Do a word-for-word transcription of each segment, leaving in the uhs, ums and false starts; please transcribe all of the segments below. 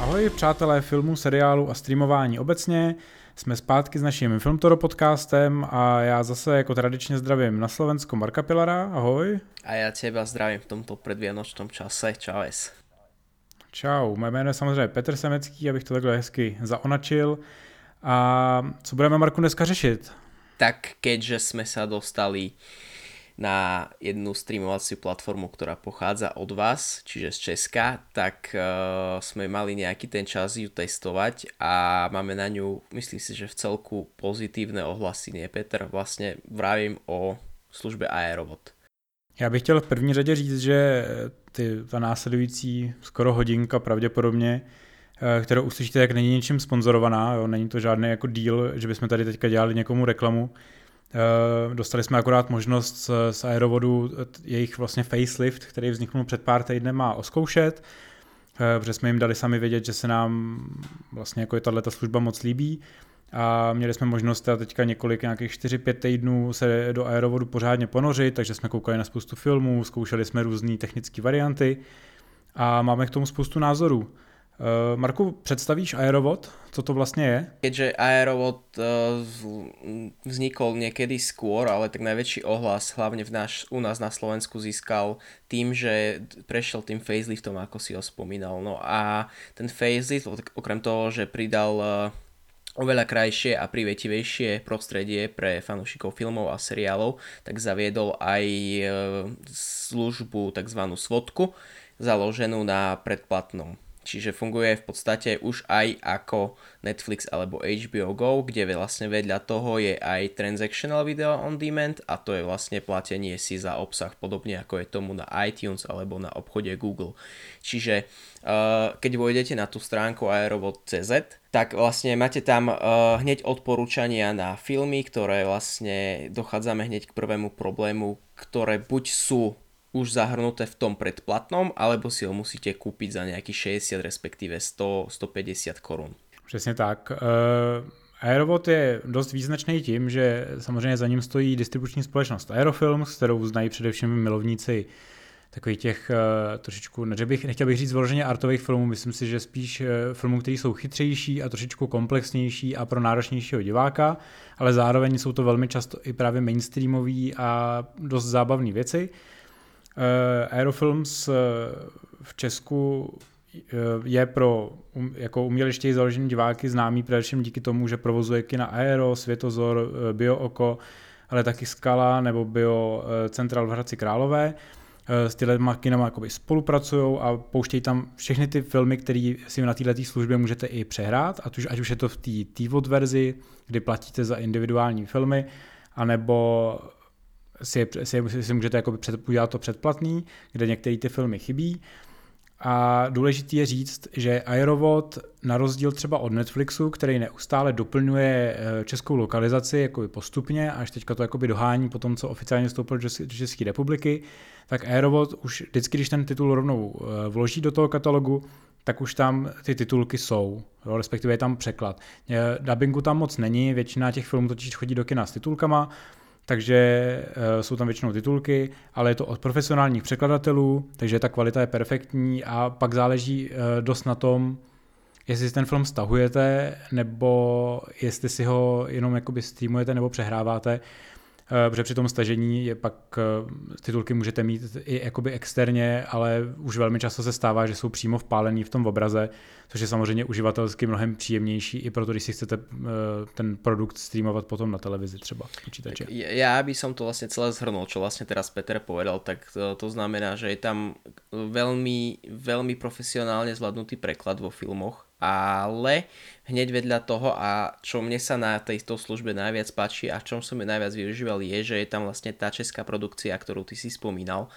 Ahoj přátelé filmu, seriálu a streamování obecně. Jsme zpátky s naším Filmtoro podcastem a já zase jako tradičně zdravím na Slovensku Marka Pilara. Ahoj. A já teba zdravím v tomto predvianočnom čase. Čaues. Čau, moje jméno je samozřejmě Petr Semecký, abych to takhle hezky zaonačil. A co budeme, Marku, dneska řešit? Tak keďže sme sa dostali na jednu streamovaciu platformu, ktorá pochádza od vás, čiže z Česka, tak uh, sme mali nejaký ten čas ju testovať a máme na ňu, myslím si, že v celku pozitívne ohlasy, nie Petr? Vlastne vravím o službe Aerovod. Já bych chtěl v první řadě říct, že ty, ta následující skoro hodinka pravděpodobně, kterou uslyšíte, jak není ničím sponzorovaná, jo? Není to žádný jako deal, že bychom tady teďka dělali někomu reklamu. Dostali jsme akorát možnost z Aerovodu jejich vlastně facelift, který vzniknul před pár týdnem, má oskoušet, protože jsme jim dali sami vědět, že se nám vlastně jako je tato služba moc líbí a měli jsme možnost teďka několik, nějakých čtyři pět týdnů se do Aerovodu pořádně ponořit, takže jsme koukali na spoustu filmů, zkoušeli jsme různé technické varianty a máme k tomu spoustu názorů. Marku, představíš Aerovod? Co to vlastně je? Keďže Aerovod vznikol niekedy skôr, ale tak najväčší ohlas hlavne v náš, u nás na Slovensku získal tým, že prešiel tým faceliftom, ako si ho spomínal. No a ten facelift, okrem toho, že pridal oveľa krajšie a privetivejšie prostredie pre fanúšikov filmov a seriálov, tak zaviedol aj službu tzv. Svodku, založenú na predplatnom. Čiže funguje v podstate už aj ako Netflix alebo há bé ó Go, kde vlastne vedľa toho je aj transactional video on demand a to je vlastne platenie si za obsah, podobne ako je tomu na iTunes alebo na obchode Google. Čiže uh, keď vojdete na tú stránku aerovod bodka cé zet, tak vlastne máte tam uh, hneď odporúčania na filmy, ktoré vlastne dochádzame hneď k prvému problému, ktoré buď sú už zahrnuté v tom predplatnom, alebo si ho musíte kúpiť za nejakých šedesát, respektíve sto až stopäťdesiat korun. Přesně tak. Uh, Aerovod je dost význačný tím, že samozřejmě za ním stojí distribuční společnost Aerofilm, s kterou znají především milovníci takových těch uh, trošičku, bych, nechtěl bych říct vyloženě artových filmů, myslím si, že spíš uh, filmů, které jsou chytřejší a trošičku komplexnější a pro náročnějšího diváka, ale zároveň jsou to velmi často i právě mainstreamové a dost zábavné věci. Uh, Aerofilms uh, v Česku uh, je pro um, jako umělečtěji založený diváky známý především díky tomu, že provozuje kina Aero, Světozor, uh, Bio Oko, ale taky Skala nebo Bio uh, Central v Hradci Králové. Uh, s těma kinama spolupracují a pouštějí tam všechny ty filmy, které si na této službě můžete i přehrát, ať už, ať už je to v té T V O D verzi, kdy platíte za individuální filmy, anebo si, si, si můžete jako před, udělat to předplatný, kde některé ty filmy chybí. A důležité je říct, že Aerovod na rozdíl třeba od Netflixu, který neustále doplňuje českou lokalizaci jako postupně, až teďka to jakoby dohání po tom, co oficiálně vstoupil do České republiky, tak Aerovod už vždycky, když ten titul rovnou vloží do toho katalogu, tak už tam ty titulky jsou, jo, respektive je tam překlad. Dabingu tam moc není, většina těch filmů totiž chodí do kina s titulkama, takže e, jsou tam většinou titulky, ale je to od profesionálních překladatelů, takže ta kvalita je perfektní a pak záleží e, dost na tom, jestli si ten film stahujete, nebo jestli si ho jenom jakoby streamujete nebo přehráváte, e, protože při tom stažení je pak e, titulky můžete mít i jakoby externě, ale už velmi často se stává, že jsou přímo vpálený v tom obraze, což je samozřejmě uživatelsky mnohem příjemnější i proto, když si chcete ten produkt streamovat potom na televizi třeba počítače. Ja by som to vlastne celé zhrnul, čo vlastne teraz Peter povedal, tak to, to znamená, že je tam veľmi, veľmi profesionálne zvládnutý preklad vo filmoch, ale hneď vedľa toho, a čo mne sa na tejto službe najviac páči a čom som je najviac využíval, je, že je tam vlastne tá česká produkcia, ktorú ty si spomínal,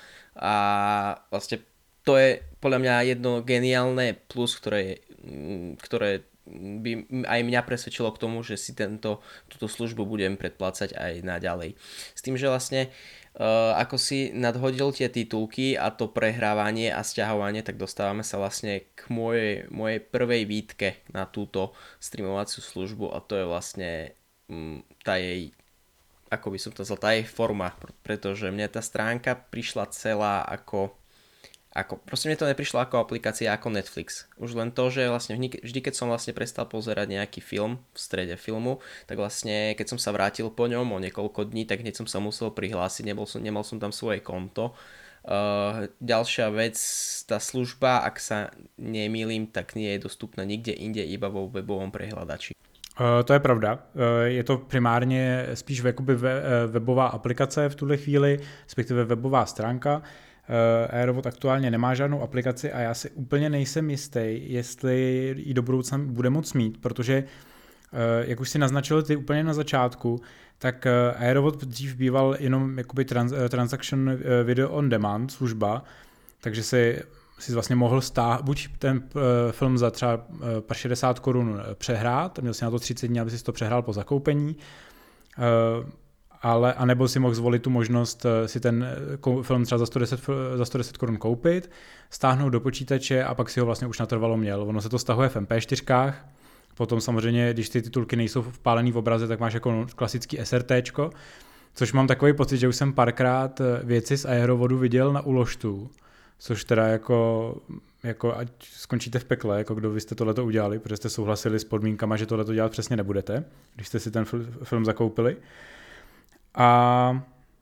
a vlastne to je podľa mňa jedno geniálne plus, ktoré, ktoré by aj mňa presvedčilo k tomu, že si tento, túto službu budem predplácať aj naďalej. S tým, že vlastne uh, ako si nadhodil tie titulky a to prehrávanie a sťahovanie, tak dostávame sa vlastne k mojej, mojej prvej výtke na túto streamovaciu službu, a to je vlastne um, tá jej, ako by som to zval, tá jej forma, pretože mne tá stránka prišla celá ako Ako, proste mne to neprišlo ako aplikácia ako Netflix. Už len to, že vlastne vždy, keď som vlastne prestal pozerať nejaký film v strede filmu, tak vlastne keď som sa vrátil po ňom o niekoľko dní, tak hneď som sa musel prihlásiť, nebol som, nemal som tam svoje konto. Uh, ďalšia vec, tá služba, ak sa nemýlim, tak nie je dostupná nikde inde, iba vo webovom prehľadači. Uh, to je pravda. Uh, je to primárně spíš jakoby webová aplikace v tuhle chvíli, respektive webová stránka. Uh, Aerovod aktuálně nemá žádnou aplikaci a já si úplně nejsem jistý, jestli ji do budoucna bude moc mít, protože uh, jak už si naznačil ty úplně na začátku, tak uh, Aerovod dřív býval jenom jakoby trans, uh, transaction uh, video on demand služba, takže si si vlastně mohl stáhnout, buď ten uh, film za třeba uh, šedesát korun přehrát, měl si na to třicet dní, aby si to přehrál po zakoupení, uh, ale, anebo si mohl zvolit tu možnost uh, si ten kou, film třeba za sto deset, za sto deset korun koupit, stáhnout do počítače a pak si ho vlastně už natrvalo měl. Ono se to stahuje v em pé čtyři, potom samozřejmě, když ty titulky nejsou vpálený v obraze, tak máš jako klasický SRTčko, což mám takový pocit, že už jsem párkrát věci z Aerovodu viděl na uložtu, což teda jako, jako ať skončíte v pekle, jako kdo vy jste tohleto udělali, protože jste souhlasili s podmínkama, že tohleto dělat přesně nebudete, když jste si ten film zakoupili. A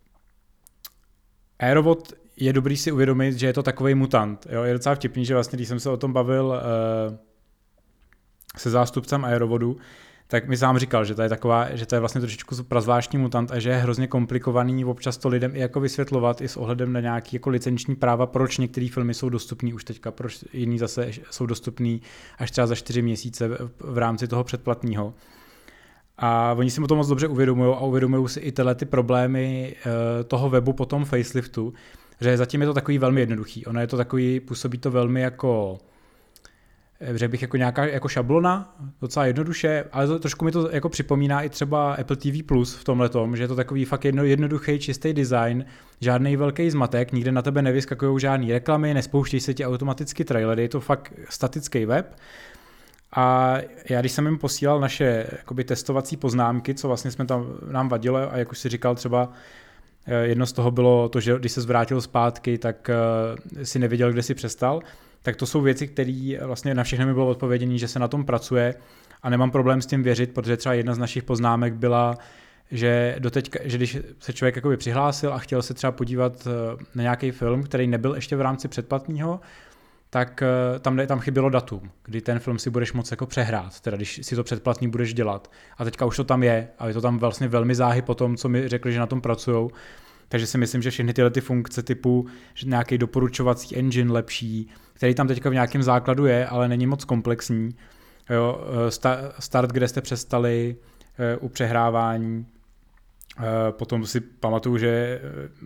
Aerovod je dobrý si uvědomit, že je to takovej mutant. Jo? Je docela vtipný, že vlastně, když jsem se o tom bavil uh, se zástupcem Aerovodu, tak mi sám říkal, že to je taková, že to je vlastně trošičku prazvláštní mutant a že je hrozně komplikovaný občas to lidem i jako vysvětlovat i s ohledem na nějaký jako licenční práva, proč některé filmy jsou dostupný už teďka, proč jiný zase jsou dostupný až třeba za čtyři měsíce v rámci toho předplatného. A oni si mu to moc dobře uvědomují a uvědomují si i tyhle ty problémy toho webu po tom faceliftu, že zatím je to takový velmi jednoduchý. Ono je to takový, působí to velmi jako řekl bych jako nějaká jako šablona, docela jednoduše, ale to, trošku mi to jako připomíná i třeba Apple T V Plus v tomhletom, že je to takový fakt jedno, jednoduchý, čistý design, žádný velký zmatek, nikde na tebe nevyskakují žádný reklamy, nespouštějí se ti automaticky trailery, je to fakt statický web. A já když jsem jim posílal naše jakoby testovací poznámky, co vlastně jsme tam nám vadilo, a jak už si říkal třeba, jedno z toho bylo to, že když se zvrátil zpátky, tak si nevěděl, kde si přestal, tak to jsou věci, které vlastně na všechno mi bylo odpověděné, že se na tom pracuje a nemám problém s tím věřit, protože třeba jedna z našich poznámek byla, že doteďka, že když se člověk jakoby přihlásil a chtěl se třeba podívat na nějaký film, který nebyl ještě v rámci předplatného, tak tam, tam chybělo datum, kdy ten film si budeš moct jako přehrát, teda když si to předplatný budeš dělat. A teďka už to tam je a je to tam vlastně velmi záhy po tom, co mi řekli, že na tom pracujou. Takže si myslím, že všechny tyhle ty funkce typu že nějaký doporučovací engine lepší, který tam teďka v nějakém základu je, ale není moc komplexní. Jo, start, kde jste přestali u přehrávání. Potom si pamatuju, že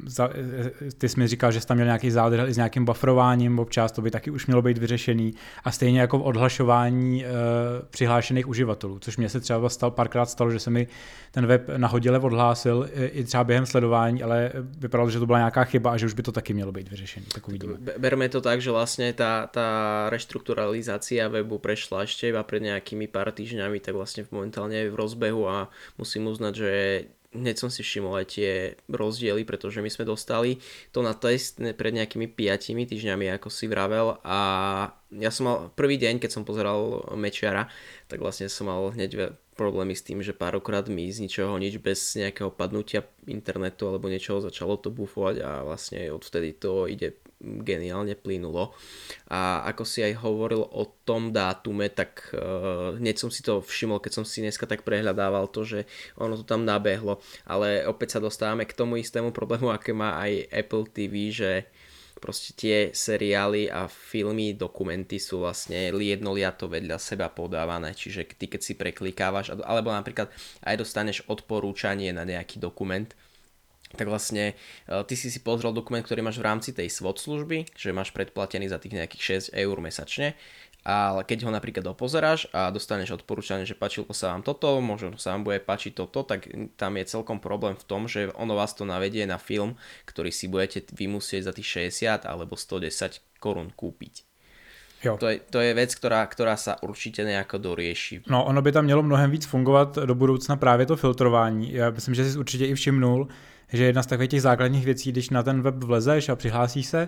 ty jsi mi říkal, že jsi tam měl nějaký zádrhel i s nějakým bufferováním, občas to by taky už mělo být vyřešený a stejně jako v odhlašování přihlášených uživatelů, což mě se třeba stal, párkrát stalo, že se mi ten web nahodile odhlásil i třeba během sledování, ale vypadalo, že to byla nějaká chyba a že už by to taky mělo být vyřešený. Tak uvidíme. Berme to tak, že vlastně ta, ta reštrukturalizácia webu prešla ešte iba pred nejakými pár týždňami, tak vlastne momentálne je v rozbehu a musím uznať, že hneď som si všimol aj tie rozdiely, pretože my sme dostali to na test pred nejakými piatimi týždňami, ako si vravel, a ja som mal prvý deň, keď som pozeral Mečiara, tak vlastne som mal hneď problémy s tým, že párkrát mi z ničoho nič bez nejakého padnutia internetu alebo niečoho začalo to bufovať a vlastne odvtedy to ide geniálne plynulo. A ako si aj hovoril o tom dátume, tak uh, hneď som si to všimol, keď som si dneska tak prehľadával to, že ono to tam nabehlo, ale opäť sa dostávame k tomu istému problému, aké má aj Apple té vé, že proste tie seriály a filmy, dokumenty sú vlastne jednoliato vedľa seba podávané, čiže ty keď si preklikávaš, alebo napríklad aj dostaneš odporúčanie na nejaký dokument, tak vlastne ty si si pozrel dokument, ktorý máš v rámci tej es vé ó té služby, že máš predplatený za tých nejakých šesť eur mesačne, ale keď ho napríklad dopozeráš a dostaneš odporúčanie, že páčilo sa vám toto, možno sa vám bude páčiť toto, tak tam je celkom problém v tom, že ono vás to navedie na film, ktorý si budete vy musieť za tých šesťdesiat alebo sto desať korún kúpiť. Jo. To je, to je věc, která, která se určitě nějak dorieší. No, ono by tam mělo mnohem víc fungovat do budoucna právě to filtrování. Já myslím, že jsi určitě i všimnul, že jedna z takových těch základních věcí, když na ten web vlezeš a přihlásíš se,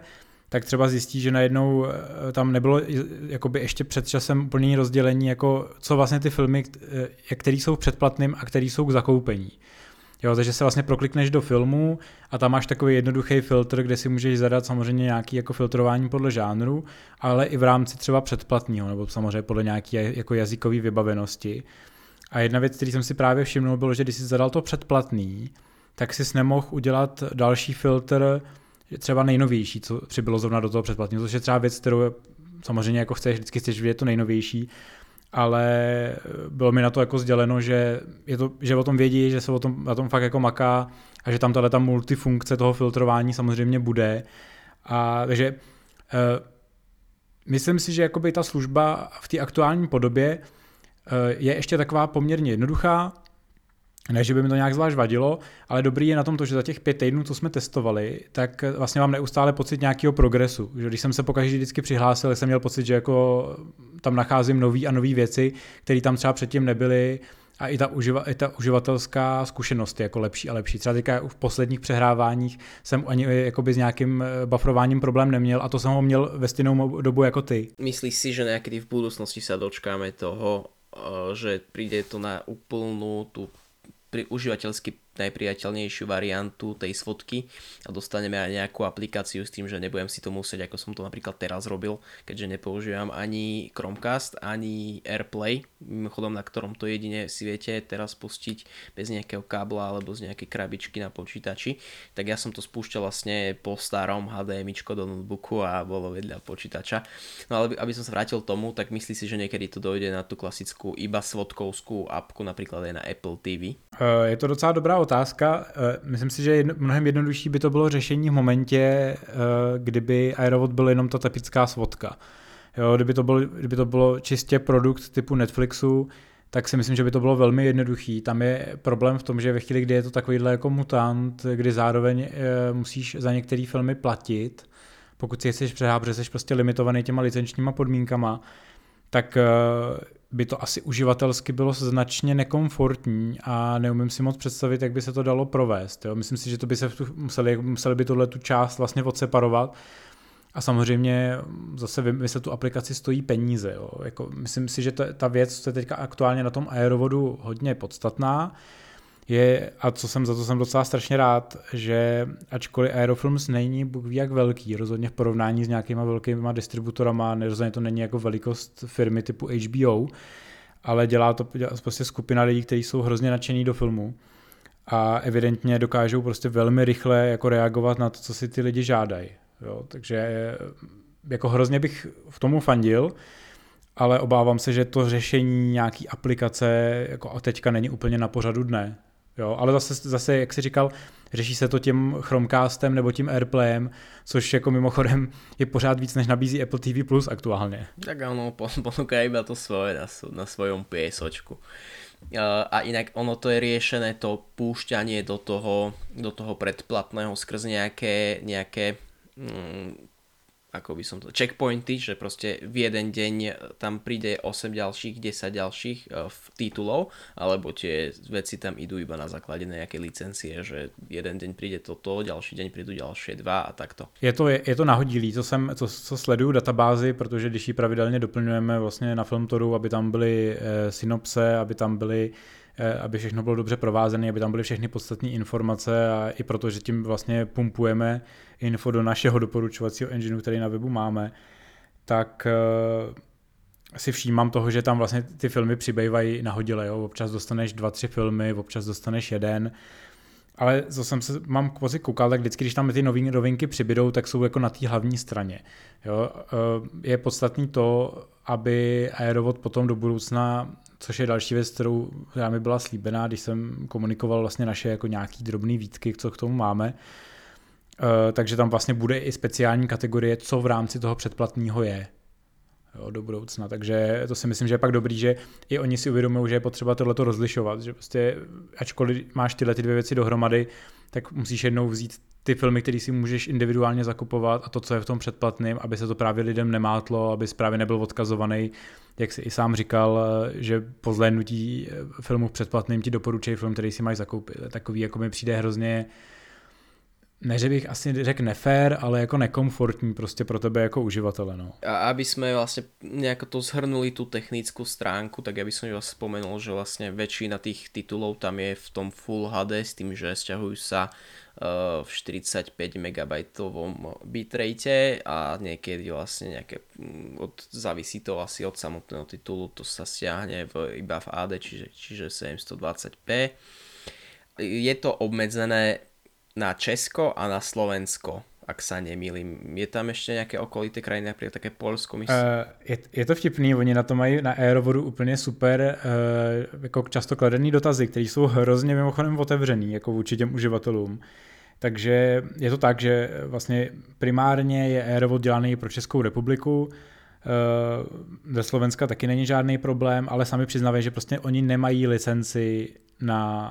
tak třeba zjistí, že najednou tam nebylo jakoby ještě před časem úplný rozdělení, jako co vlastně ty filmy, které jsou v předplatným a které jsou k zakoupení. Jo, takže se vlastně proklikneš do filmu a tam máš takový jednoduchý filtr, kde si můžeš zadat samozřejmě nějaký jako filtrování podle žánru, ale i v rámci třeba předplatného, nebo samozřejmě podle nějaké jako jazykové vybavenosti. A jedna věc, který jsem si právě všimnul, bylo, že když jsi zadal to předplatný, tak jsi nemohl udělat další filtr, třeba nejnovější, co přibylo zrovna do toho předplatného, což je třeba věc, kterou samozřejmě jako chceš, vždycky chceš vidět to nejnovější, ale bylo mi na to jako sděleno, že, je to, že o tom vědí, že se o tom, na tom fakt jako maká a že tam tahle ta multifunkce toho filtrování samozřejmě bude. A takže uh, myslím si, že jakoby ta služba v té aktuální podobě uh, je ještě taková poměrně jednoduchá, ne, že by mi to nějak zvlášť vadilo, ale dobrý je na tom to, že za těch pět týdnů, co jsme testovali, tak vlastně mám neustále pocit nějakého progresu. Že když jsem se pokaždý vždycky přihlásil, jsem měl pocit, že jako tam nacházím nový a nový věci, které tam třeba předtím nebyly a i ta, uživa, i ta uživatelská zkušenost je jako lepší a lepší. Třeba teďka v posledních přehráváních jsem ani jakoby s nějakým bufferováním problém neměl a to jsem ho měl ve stejnou dobu jako ty. Myslíš si, že někdy v budoucnosti se dočkáme toho, že přijde to na úplnou tu pri užívateľsky najpriateľnejšiu variantu tej svodky a dostaneme aj nejakú aplikáciu s tým, že nebudem si to musieť, ako som to napríklad teraz robil, keďže nepoužívam ani Chromecast, ani AirPlay, mimochodom na ktorom to jedine si viete teraz pustiť bez nejakého kábla alebo z nejakej krabičky na počítači, tak ja som to spúšťal vlastne po starom HDMIčko do notebooku a bolo vedľa počítača. No ale aby som sa vrátil tomu, tak myslí si, že niekedy to dojde na tú klasickú iba svodkovskú apku, napríklad aj na Apple té vé? Je to docela dobrá otázka. Myslím si, že jedno, mnohem jednodušší by to bylo řešení v momentě, kdyby Aerovod byl jenom ta typická svodka. Jo, kdyby, to bylo, kdyby to bylo čistě produkt typu Netflixu, tak si myslím, že by to bylo velmi jednoduchý. Tam je problém v tom, že ve chvíli, kdy je to takovýhle jako mutant, kdy zároveň musíš za některé filmy platit, pokud si je chceš přehrát, protože jsi prostě limitovaný těma licenčníma podmínkama, tak by to asi uživatelsky bylo značně nekomfortní a neumím si moc představit, jak by se to dalo provést. Jo. Myslím si, že to by se museli, museli by tohle tu část vlastně odseparovat a samozřejmě zase vymyslet tu aplikaci stojí peníze. Jo. Jako, myslím si, že to, ta věc, co je teďka aktuálně na tom Aerovodu hodně podstatná, je, a co jsem, za to jsem docela strašně rád, že ačkoliv Aerofilms není bůh ví jak velký, rozhodně v porovnání s nějakýma velkýma distributorama, rozhodně to není jako velikost firmy typu H B O, ale dělá to dělá prostě skupina lidí, kteří jsou hrozně nadšení do filmu a evidentně dokážou prostě velmi rychle jako reagovat na to, co si ty lidi žádají. Jo, takže jako hrozně bych v tomu fandil, ale obávám se, že to řešení nějaký aplikace jako teďka není úplně na pořadu dne. Jo, ale zase, zase, jak jsi říkal, řeší se to tím Chromecastem nebo tím AirPlayem, což jako mimochodem je pořád víc, než nabízí Apple té vé plus aktuálně. Tak ono ponúka iba to svoje na, na svojom piesočku. A inak ono to je riešené, to púšťanie do toho, do toho predplatného skrz nejaké, nejaké mm, ako by som to, checkpointy, že proste v jeden deň tam príde osem ďalších, desať ďalších uh, titulov, alebo tie veci tam idú iba na základe nejakej licencie, že jeden deň príde toto, ďalší deň prídu ďalšie dva a takto. Je to, je, je to nahodilý, co, jsem, co, co sleduju databázy, protože když ji pravidelně doplňujeme vlastně na Filmtoru, aby tam byly e, synopse, aby tam byly aby všechno bylo dobře provázené, aby tam byly všechny podstatné informace a i proto, že tím vlastně pumpujeme info do našeho doporučovacího engineu, který na webu máme, tak si všímám toho, že tam vlastně ty filmy přibývají nahodile. Jo? Občas dostaneš dva, tři filmy, občas dostaneš jeden, ale co jsem se, mám kvozi koukal, tak vždycky, když tam ty nový, novinky přibydou, tak jsou jako na té hlavní straně. Jo? Je podstatný to, aby Aerovod potom do budoucna, což je další věc, kterou která mi byla slíbená, když jsem komunikoval vlastně naše jako nějaký drobný výtky, co k tomu máme, takže tam vlastně bude i speciální kategorie, co v rámci toho předplatného je. Jo, do budoucna, takže to si myslím, že je pak dobrý, že i oni si uvědomují, že je potřeba tohleto rozlišovat, že prostě ačkoliv máš tyhle ty dvě věci dohromady, tak musíš jednou vzít ty filmy, které si můžeš individuálně zakupovat a to, co je v tom předplatném, aby se to právě lidem nemátlo, aby právě nebyl odkazovaný, jak jsi i sám říkal, že po zhlédnutí filmu v předplatném ti doporučují film, který si máš zakoupit. Takový jako mi přijde hrozně ne, že bych asi řekl nefér, ale jako nekomfortní prostě pro tebe jako uživatele. No. A aby sme vlastne nejako to zhrnuli tú technickú stránku, tak ja by som vás spomenul, že vlastne väčšina tých titulov tam je v tom Full há dé s tým, že sťahujú sa uh, v štyridsaťpäť megabajtovom bitrate a niekedy vlastne nejaké, od, závisí to asi od samotného titulu, to sa stiahne v, iba v á dé, čiže, čiže sedemstodvadsať pé. Je to obmedzené na Česko a na Slovensko, ak sa nemýlim. Je tam ešte nejaké okolité krajiny, napríklad také Polsko? Myslím? Uh, je, je to vtipný, oni na to mají na Aerovodu úplně super uh, jako často kladený dotazy, které jsou hrozně mimochodem otevřený jako vůči těm uživatelům. Takže je to tak, že vlastně primárně je Aerovod dělaný pro Českou republiku, ve Slovenska taky není žádný problém, ale sami přiznávají, že prostě oni nemají licenci na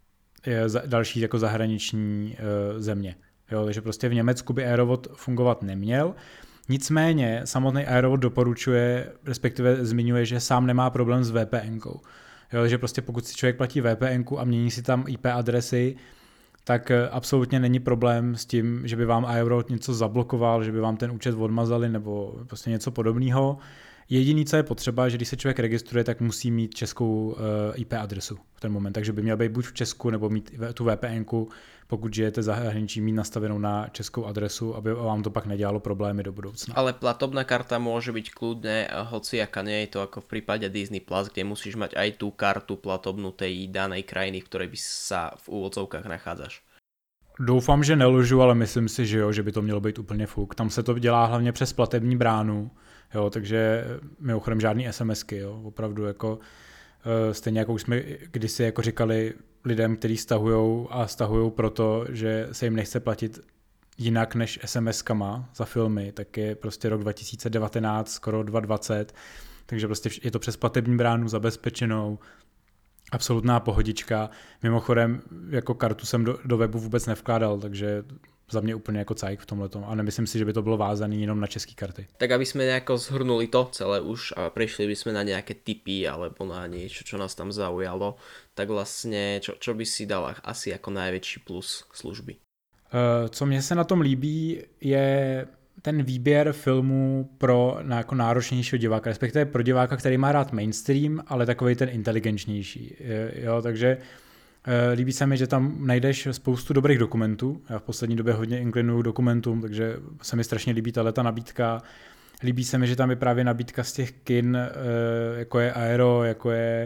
další jako zahraniční země. Jo, takže prostě v Německu by Aerovod fungovat neměl. Nicméně samotný Aerovod doporučuje, respektive zmiňuje, že sám nemá problém s VPNkou. Jo, takže prostě pokud si člověk platí VPNku a mění si tam í pé adresy, tak absolutně není problém s tím, že by vám Aerovod něco zablokoval, že by vám ten účet odmazali nebo prostě něco podobného. Jediný, co je potřeba, že když se člověk registruje, tak musí mít českou í pé adresu v ten moment, takže by měl být buď v Česku nebo mít tu VPNku, pokud žijete v zahraničí, mít nastavenou na českou adresu, aby vám to pak nedělalo problémy do budoucna. Ale platobná karta môže byť kľudne hociaká, nie je to ako v prípade Disney Plus, kde musíš mať aj tú kartu platobnú tej danej krajiny, v ktorej by sa v úvodzovkách nachádzaš. Doufám, že nelžu, ale myslím si, že jo, že by to mělo být úplně fuk. Tam se to dělá hlavně přes platební bránu, jo, takže mimochodem žádný SMSky, jo, opravdu jako stejně jako už jsme kdysi jako říkali lidem, kteří stahujou a stahujou proto, že se jim nechce platit jinak než SMSkama za filmy, tak je prostě rok dva tisíce devatenáct, skoro dva tisíce dvacet, takže prostě je to přes platební bránu zabezpečenou, absolutná pohodička. Mimochodem, jako kartu jsem do, do webu vůbec nevkládal, takže za mě úplně jako cajk v tomhletom. A nemyslím si, že by to bylo vázané jenom na české karty. Tak aby sme nejako zhrnuli to celé už a prešli by sme na nejaké tipy alebo na niečo, čo nás tam zaujalo, tak vlastne čo, čo by si dal asi ako najväčší plus služby? Uh, co mně se na tom líbí, je ten výběr filmů pro na jako náročnějšího diváka, respektive pro diváka, který má rád mainstream, ale takovej ten inteligenčnější. Jo, takže e, líbí se mi, že tam najdeš spoustu dobrých dokumentů. Já v poslední době hodně inklinuju dokumentům, takže se mi strašně líbí tato nabídka. Líbí se mi, že tam je právě nabídka z těch kin, e, jako je Aero, jako je,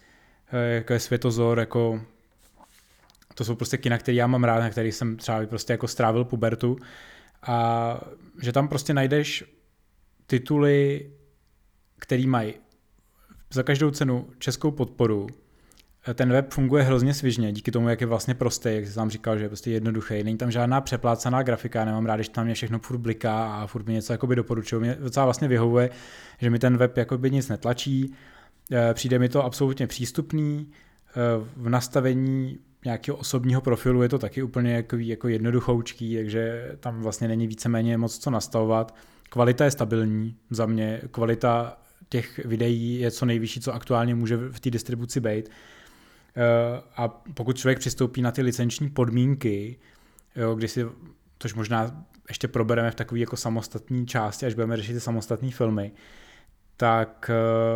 e, jako je Světozor, jako to jsou prostě kina, které já mám rád, na kterých jsem třeba prostě jako strávil pubertu. A že tam prostě najdeš tituly, který mají za každou cenu českou podporu. Ten web funguje hrozně svižně, díky tomu, jak je vlastně prostý, jak jsem říkal, že je prostě jednoduchý. Není tam žádná přeplácaná grafika, nemám rád, když tam mě všechno furt bliká a furt mi něco jakoby doporučují. Mě docela vlastně vyhovuje, že mi ten web jakoby nic netlačí. Přijde mi to absolutně přístupný. V nastavení nějakého osobního profilu je to taky úplně jako, jako jednoduchoučký, takže tam vlastně není víceméně moc co nastavovat. Kvalita je stabilní za mě, kvalita těch videí je co nejvyšší, co aktuálně může v té distribuci být. A pokud člověk přistoupí na ty licenční podmínky, jo, kdy si, tož možná ještě probereme v takové jako samostatné části, až budeme řešit ty samostatné filmy, tak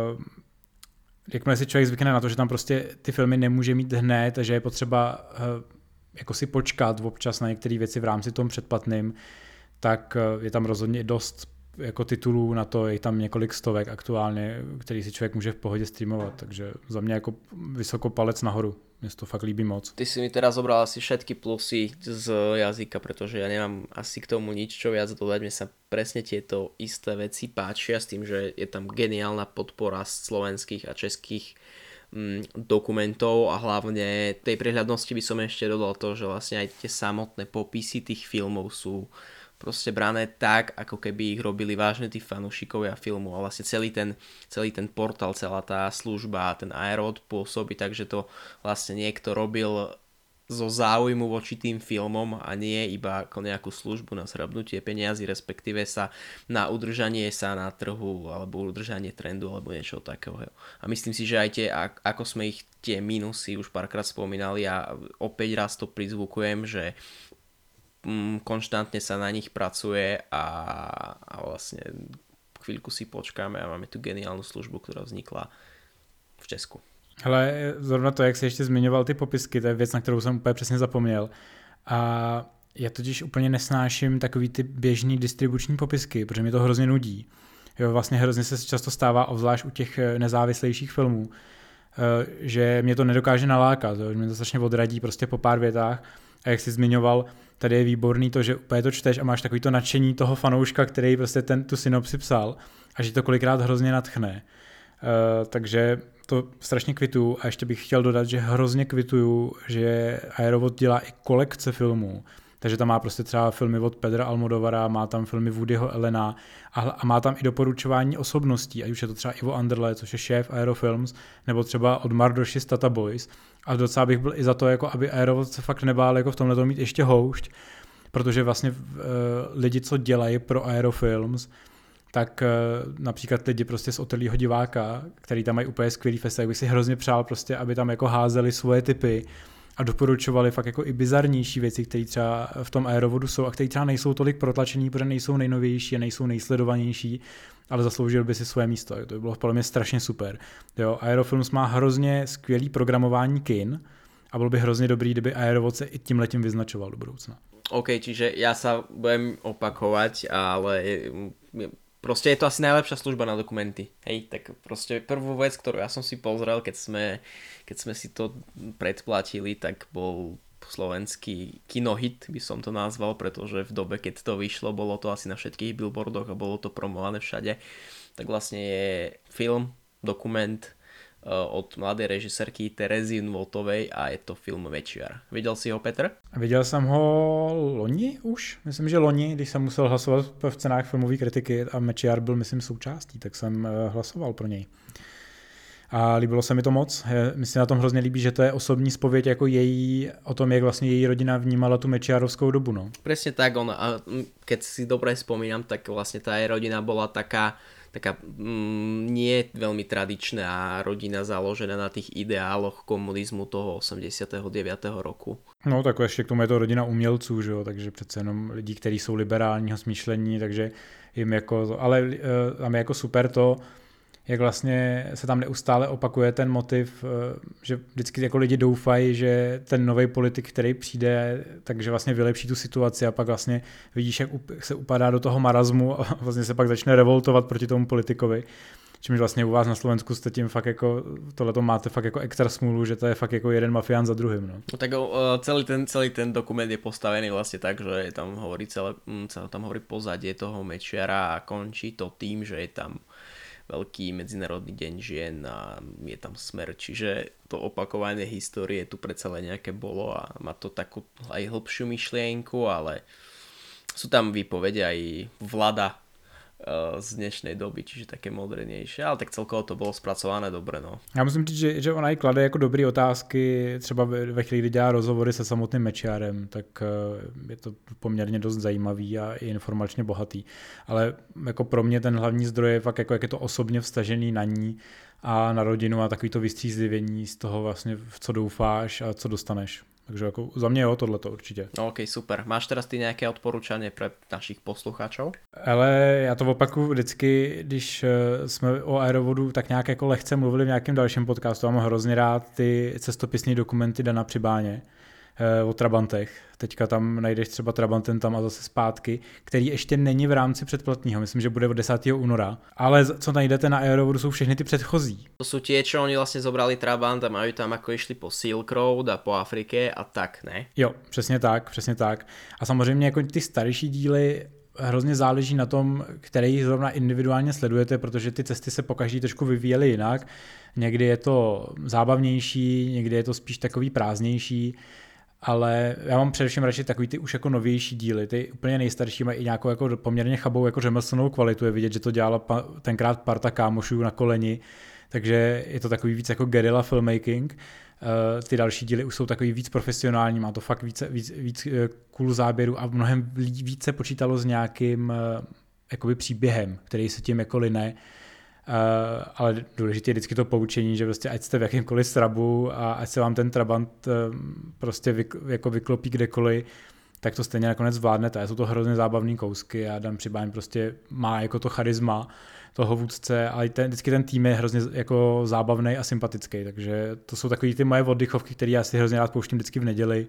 jakmile si člověk zvykne na to, že tam prostě ty filmy nemůže mít hned, že je potřeba jako si počkat občas na některé věci v rámci tom předplatným, tak je tam rozhodně dost jako titulů na to, je tam několik stovek aktuálně, který si člověk může v pohodě streamovat, takže za mě jako vysoko palec nahoru. Mně to fakt líbí moc. Ty si mi teraz zobral asi všetky plusy z jazyka, pretože ja nemám asi k tomu nič čo viac dodať. Mne sa presne tieto isté veci páčia s tým, že je tam geniálna podpora z slovenských a českých mm, dokumentov a hlavne tej prehľadnosti by som ešte dodal to, že vlastne aj tie samotné popisy tých filmov sú proste brané tak, ako keby ich robili vážne tí fanúšikovia filmu a vlastne celý ten, celý ten portál, celá tá služba, ten Aerovod pôsobí, takže to vlastne niekto robil zo záujmu voči tým filmom a nie iba ako nejakú službu na zhrabnutie peniazy, respektíve sa na udržanie sa na trhu alebo udržanie trendu alebo niečo takého. A myslím si, že aj tie, ako sme ich tie minusy už párkrát spomínali a opäť raz to prizvukujem, že konštantne sa na nich pracuje a, a vlastne chvíľku si počkáme a máme tu geniálnu službu, ktorá vznikla v Česku. Ale zrovna to, jak jsi ještě zmiňoval ty popisky, to je věc, na kterou jsem úplně přesně zapomněl. A já totiž úplně nesnáším takový ty běžný distribuční popisky, protože mě to hrozně nudí. Jo, vlastně hrozně se často stává, obzvlášť u těch nezávislejších filmů, že mě to nedokáže nalákat, že mě to strašně odradí prostě po pár větách. A jak jsi zmiňoval, tady je výborný to, že úplně to čteš a máš takový to nadšení toho fanouška, který prostě ten, tu synopsi psal a že to kolikrát hrozně nadchne. Uh, takže to strašně kvituju a ještě bych chtěl dodat, že hrozně kvituju, že Aerovod dělá i kolekce filmů. Takže tam má prostě třeba filmy od Pedra Almodovara, má tam filmy Woodyho Allena a, a má tam i doporučování osobností, ať už je to třeba Ivo Anderle, což je šéf Aerofilms, nebo třeba od Mardoši z Tata Boys. A docela bych byl i za to, jako aby Aerovod se fakt nebál jako v tomhle mít ještě houšť, protože vlastně uh, lidi, co dělají pro Aerofilms, tak uh, například lidi prostě z Otelího diváka, který tam mají úplně skvělý fest, tak bych si hrozně přál prostě, aby tam jako házeli svoje tipy a doporučovali fakt jako i bizarnější věci, které třeba v tom Aerovodu jsou a které třeba nejsou tolik protlačený, protože nejsou nejnovější a nejsou nejsledovanější, ale zasloužil by si své místo. To by bylo podle mě strašně super. Jo, Aerofilms má hrozně skvělý programování kin a bylo by hrozně dobrý, kdyby Aerovod se i tímhletím vyznačoval do budoucna. OK, čiže ja sa budem opakovať, ale proste je to asi najlepšia služba na dokumenty. Hej, tak proste prvú vec, ktorú ja som si pozrel, keď sme, keď sme si to predplatili, tak bol slovenský kinohit, by som to nazval, pretože v dobe, keď to vyšlo, bolo to asi na všetkých billboardoch a bolo to promované všade. Tak vlastne je film, dokument od mladé režisérky Terezy Nvoltovej a je to film Mečiar. Viděl si ho, Petr? Viděl jsem ho loni už, myslím, že loni, když jsem musel hlasovat v cenách filmové kritiky a Mečiar byl, myslím, součástí, tak jsem hlasoval pro něj. A líbilo se mi to moc. Mně se na tom hrozně líbí, že to je osobní zpověď jako její, o tom, jak vlastně její rodina vnímala tu mečiarovskou dobu. No. Presne tak, ona, a keď si dobre spomínam, tak vlastne tá jej rodina bola taká, taká mm, nie veľmi tradičná rodina založená na tých ideáloch komunizmu toho osmdesiatého deviateho roku. No tak ještě k tomu je to rodina umělců, že jo, takže přece jenom lidí, kteří jsou liberálního smýšlení, takže jim jako, ale uh, tam je jako super to, jak vlastně se tam neustále opakuje ten motiv, že vždycky jako lidi doufají, že ten nový politik, který přijde, takže vlastně vylepší tu situaci a pak vlastně vidíš, jak se upadá do toho marazmu a vlastně se pak začne revoltovat proti tomu politikovi. Čímž vlastně u vás na Slovensku jste tím fakt jako, tohleto máte fakt jako extra smůlu, že to je fakt jako jeden mafián za druhým. No. No tak uh, celý, ten, celý ten dokument je postavený vlastne tak, že tam hovorí, celé, tam hovorí pozadie toho Mečiara a končí to tým, že je tam veľký medzinárodný deň žien a je tam Smer, čiže to opakovanie histórie tu predsa len nejaké bolo a má to takú aj hlbšiu myšlienku, ale sú tam výpovede aj Vlada z dnešnej doby, čiže také modernejšie, ale tak celkovo to bylo zpracované dobře, no. Já musím říct, že, že ona i klade jako dobré otázky, třeba ve, ve chvíli, kdy dělá rozhovory se samotným Mečiarem, tak je to poměrně dost zajímavý a i informačně bohatý. Ale jako pro mě ten hlavní zdroj je fakt jako, jak je to osobně vztažený na ní a na rodinu a takový to vystřízlivění z toho vlastně, v co doufáš a co dostaneš. Takže jako za mě jo, tohleto určitě. OK, super. Máš teraz ty nějaké odporúčanie pre našich posluchačov? Ale já to opakuju vždycky, když jsme o Aerovodu tak nějak jako lehce mluvili v nějakém dalším podcastu. Já mám hrozně rád ty cestopisní dokumenty Dana Přibáně o Trabantech. Teďka tam najdeš třeba Trabantem tam a zase zpátky, který ještě není v rámci předplatného. Myslím, že bude od desátého února. Ale co najdete na Aerovodu jsou všechny ty předchozí. To sú tie, čo oni vlastně zobrali Trabant a majú tam ako išli po Silk Road a po Afrike a tak, ne? Jo, přesně tak, přesně tak. A samozřejmě jako ty starší díly hrozně záleží na tom, který zrovna individuálně sledujete, protože ty cesty se pokaždý trošku vyvíjely jinak. Někdy je to zábavnější, někdy je to spíš takový prázdnější. Ale já mám především radši takový ty už jako novější díly, ty úplně nejstarší mají i nějakou jako poměrně chabou jako řemeslnou kvalitu, je vidět, že to dělala pa, tenkrát parta kámošů na koleni, takže je to takový víc jako guerilla filmmaking. Uh, ty další díly už jsou takový víc profesionální, má to fakt více, víc, víc cool záběru a mnohem více počítalo s nějakým uh, jakoby příběhem, který se tím jako line. Uh, ale důležité je vždycky to poučení, že prostě ať jste v jakýmkoliv srabu a ať se vám ten Trabant uh, prostě vyk, jako vyklopí kdekoliv, tak to stejně nakonec zvládnete. A jsou to hrozně zábavné kousky a Adam Přibáň prostě má jako to charisma toho vůdce, ale ten, vždycky ten tým je hrozně jako zábavný a sympatický, takže to jsou takový ty moje oddychovky, které já si hrozně rád pouštím vždycky v neděli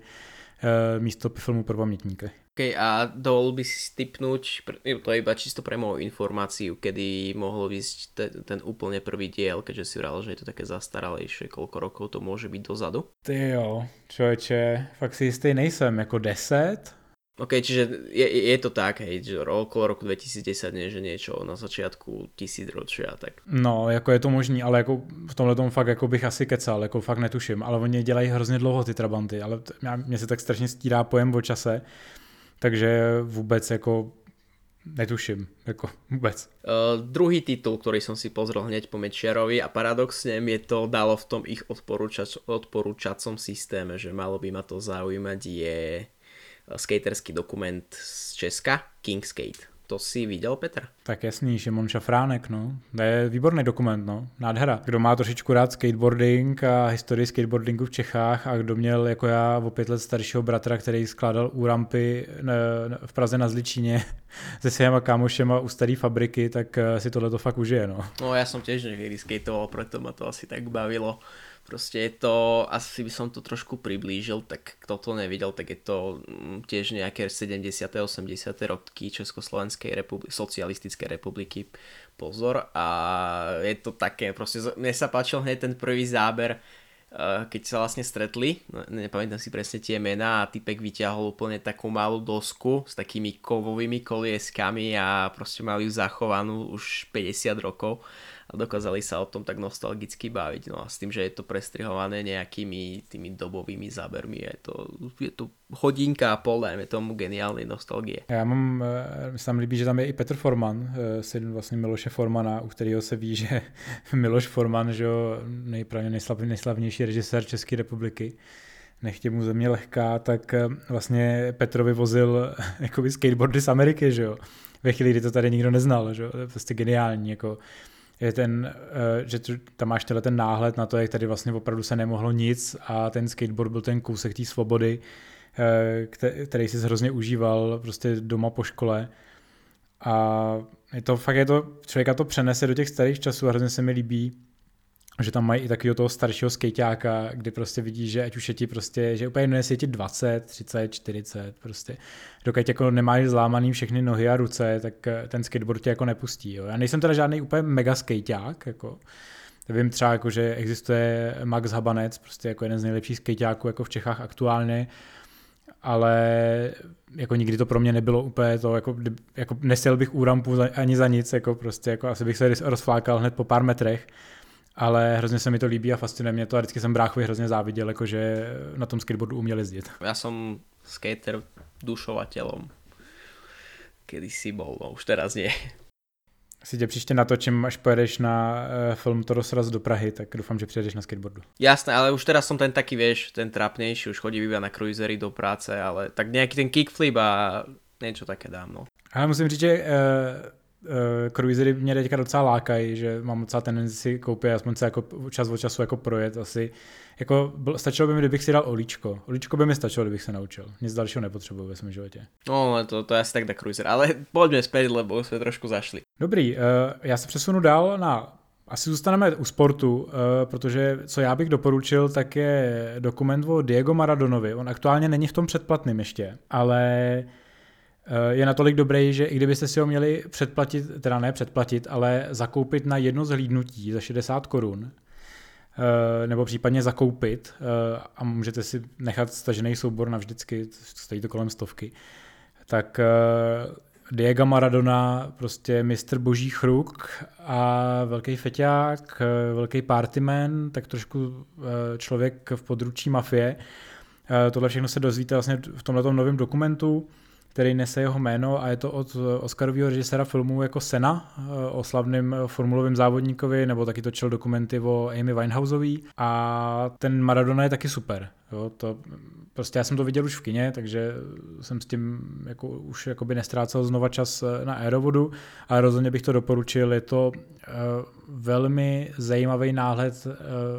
místo filmu pro pamětníky. Okay, a dovolil by si tipnúť, to je iba čisto pre moju informáciu, kedy mohol ísť ten, ten úplne prvý diel, keďže si vral, že je to také zastaralejšie, koľko rokov to môže byť dozadu? Ty jo, člověče, fakt si jistý nejsem, jako deset? OK, čiže je, je to tak, hej, že okolo roku dvetisícdesať, nie, že niečo na začiatku tisícročia, tak. No, jako je to možný, ale jako v tomhle tom fakt jako bych asi kecal, jako fakt netuším, ale oni dělají hrozně dlouho ty trabanty, ale mně se tak strašně stírá pojem o čase, takže vůbec jako netuším, jako vůbec. Uh, druhý titul, ktorý som si pozrel hneď po Mečiarovi a paradoxne mi to dalo v tom ich odporúčač, odporúčacom systéme, že malo by ma to zaujímať, je skaterský dokument z Česka, King Skate. To si viděl, Petr? Tak jasný, Šimon Šafránek, no. To je výborný dokument, no. Nádhera. Kdo má trošičku rád skateboarding a historii skateboardingu v Čechách a kdo měl jako já o pět let staršího bratra, který skládal úrampy v Praze na Zličíně se svýma kámošema u staré fabriky, tak si tohleto fakt užije, no. No ja som tiež niekedy skateoval, preto ma to asi tak bavilo. Proste je to, asi by som to trošku priblížil, tak kto to nevidel, tak je to tiež nejaké sedemdesiate osemdesiate roky Československej republiky, socialistickej republiky, pozor, a je to také, proste mne sa páčil hneď ten prvý záber, keď sa vlastne stretli, nepamätám si presne tie mená, a typek vyťahol úplne takú malú dosku s takými kovovými kolieskami a proste mali ju zachovanú už päťdesiat rokov a dokázali sa o tom tak nostalgicky baviť. No a s tým, že je to prestrihované nejakými tými dobovými zábermi, je to, je to hodinka a pol, dajme tomu, geniálnej nostalgie. Já mám, mi se tam líbí, že tam je i Petr Forman, syn vlastně Miloše Formana, u kterého se ví, že Miloš Forman, že jo, nejpravě nejslav, nejslavnější režisér České republiky, nechtě mu země lehká, tak vlastně Petrovi vozil jakoby skateboardy z Ameriky, že jo, ve chvíli, kdy to tady nikdo neznal, že jo, to je prostě geniální, jako je ten, že tam máš tenhle ten náhled na to, jak tady vlastně opravdu se nemohlo nic a ten skateboard byl ten kousek té svobody, který si hrozně užíval prostě doma po škole a je to fakt, je to, člověka to přenese do těch starých časů a hrozně se mi líbí, že tam mají i takového toho staršího skejťáka, kdy prostě vidíš, že ať už je ti prostě, že úplně jedno je ti dvacet, třicet, čtyřicet, prostě. Dokud jako nemáš zlámaný všechny nohy a ruce, tak ten skateboard tě jako nepustí. Jo. Já nejsem teda žádný úplně mega skejťák, jako vím třeba, jako, že existuje Max Habanec, prostě jako jeden z nejlepších skejťáků jako v Čechách aktuálně, ale jako nikdy to pro mě nebylo úplně to, jako, jako nesjel bych úrampu ani za nic, jako prostě jako asi bych se rozflákal hned po pár metrech, ale hrozně se mi to líbí a fascinuje mě to a vždycky jsem bráchovi hrozně záviděl, jakože na tom skateboardu uměl jezdit. Já jsem skater dušou a tělom. Kedysi bol, no už teraz nie. Si tě příště natočím, až pojedeš na uh, film To rozraz do Prahy, tak doufám, že přijedeš na skateboardu. Jasné, ale už teraz som ten taký, vieš, ten trapnejší, už chodí iba na cruisery do práce, ale tak nejaký ten kickflip a niečo také dám, no. Ale musím říct, že uh, uh, cruisery mě teďka docela lákají, že mám docela tendenci si koupit, aspoň se jako čas od času jako projet asi. Jako bylo, stačilo by mi, kdybych si dal olíčko. Olíčko by mi stačilo, kdybych se naučil. Nic dalšího nepotřebuji ve svém životě. No, to, to je asi tak na cruiser, ale poďme späť, lebo jsme trošku zašli. Dobrý, uh, já se přesunu dál na... Asi zůstaneme u sportu, uh, protože co já bych doporučil, tak je dokument o Diego Maradonovi. On aktuálně není v tom předplatným ještě, ale je natolik dobrý, že i kdybyste si ho měli předplatit, teda ne předplatit, ale zakoupit na jedno zhlídnutí za šedesát korun, nebo případně zakoupit a můžete si nechat stažený soubor navždycky, stojí to kolem stovky, tak Diego Maradona, prostě mistr božích ruk a velký feťák, velký partyman, tak trošku člověk v područí mafie. Tohle všechno se dozvíte vlastně v tomhletom novém dokumentu, který nese jeho jméno a je to od Oscarového režiséra filmů jako Senna o slavném formulovém závodníkovi, nebo taky točil dokumenty o Amy Winehouseový a ten Maradona je taky super. Jo, to, prostě já jsem to viděl už v kině, takže jsem s tím jako, už jakoby nestrácel znova čas na aerovodu, ale rozhodně bych to doporučil. Je to uh, velmi zajímavý náhled uh,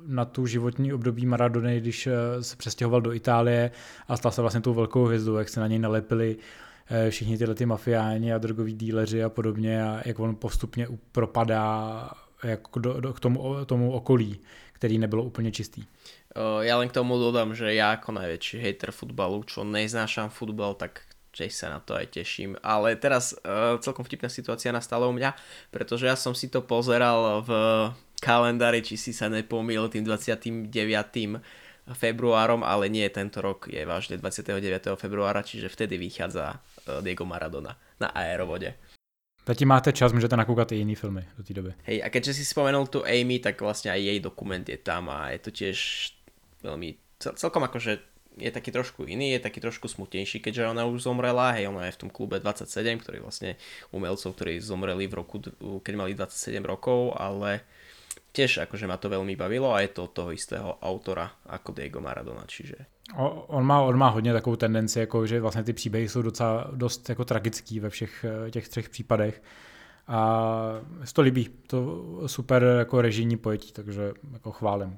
na tu životní období Maradony, když se přestěhoval do Itálie a stal se vlastně tou velkou hvězdou, jak se na něj nalepili všichni tyhle ty mafiáni a drogoví díleři a podobně a jak on postupně propadá jako do, do, k tomu, tomu okolí, který nebylo úplně čistý. Ja len k tomu dodám, že ja ako najväčší hejter futbalu, čo neznášam futbal, tak že sa na to aj teším. Ale teraz uh, celkom vtipná situácia nastala u mňa, pretože ja som si to pozeral v kalendári, či si sa nepomýlil tým dvadsiatym deviatym februárom, ale nie, tento rok je vážne dvadsiateho deviateho februára, čiže vtedy vychádza uh, Diego Maradona na aerovode. Zatím máte čas, můžete nakoukat i jiný filmy do té doby. Hej, a keďže si spomenul tu Amy, tak vlastne aj jej dokument je tam a je to tiež veľmi, cel, celkom akože je taký trošku iný, je taký trošku smutnejší, keďže ona už zomrela, hej, ona je v tom klube dvadsaťsedem, ktorý vlastne umelcov, ktorí zomreli v roku, keď mali dvadsaťsedem rokov, ale tiež akože ma to veľmi bavilo a je to od toho istého autora ako Diego Maradona, čiže... O, on, má, on má hodně takovou tendenci, jako, že vlastně ty příběhy jsou docela dost jako tragický ve všech těch třech případech a se to líbí, to super jako režijní pojetí, takže jako chválím.